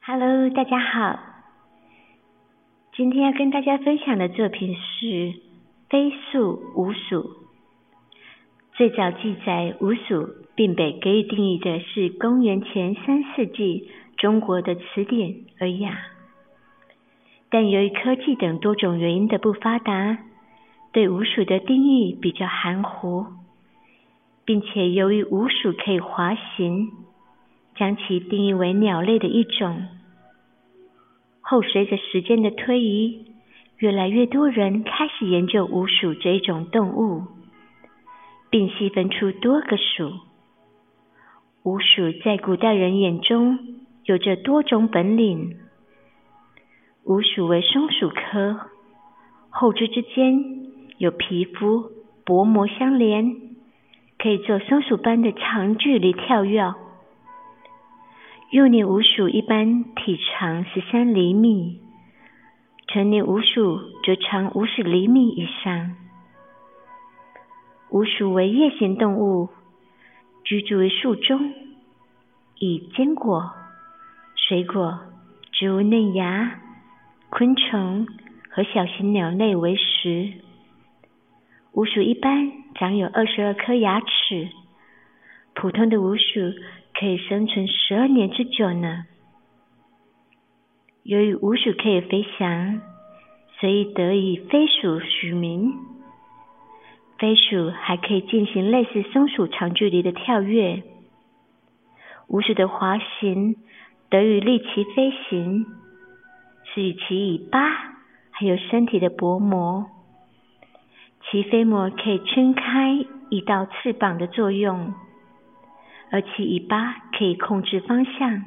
Hello， 大家好。今天要跟大家分享的作品是飞速鼯鼠。最早记载鼯鼠并被给予定义的是公元前3世纪中国的词典《尔雅》，但由于科技等多种原因的不发达，对鼯鼠的定义比较含糊，并且由于鼯鼠可以滑行，将其定义为鸟类的一种。后随着时间的推移，越来越多人开始研究鼯鼠这一种动物，并细分出多个属。鼯鼠在古代人眼中有着多种本领。鼯鼠为松鼠科，后肢之间有皮肤薄膜相连，可以做松鼠般的长距离跳跃。幼年鼯鼠一般体长13厘米，成年鼯鼠则长50厘米以上。鼯鼠为夜行动物，居住于树中，以坚果、水果、植物嫩芽、昆虫和小型鸟类为食。鼯鼠一般长有22颗牙齿，普通的鼯鼠可以生存12年之久呢。由于鼯鼠可以飞翔，所以得以飞鼠取名。飞鼠还可以进行类似松鼠长距离的跳跃。鼯鼠的滑行得以力其飞行，是与其尾巴还有身体的薄膜，其飞膜可以撑开以到翅膀的作用，而其尾巴可以控制方向。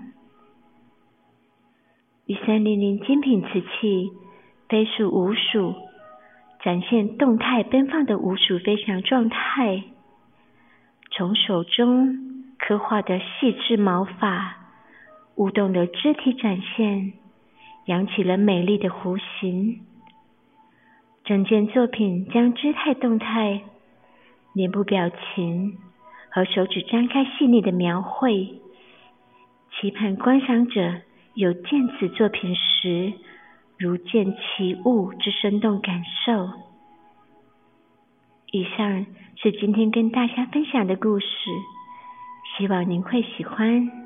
与300精品瓷器飞速鼯鼠展现动态奔放的鼯鼠飞翔状态，从手中刻画的细致毛发、舞动的肢体展现，扬起了美丽的弧形。整件作品将姿态动态、脸部表情和手指张开细腻的描绘，期盼观赏者有见此作品时如见其物之生动感受。以上是今天跟大家分享的故事，希望您会喜欢。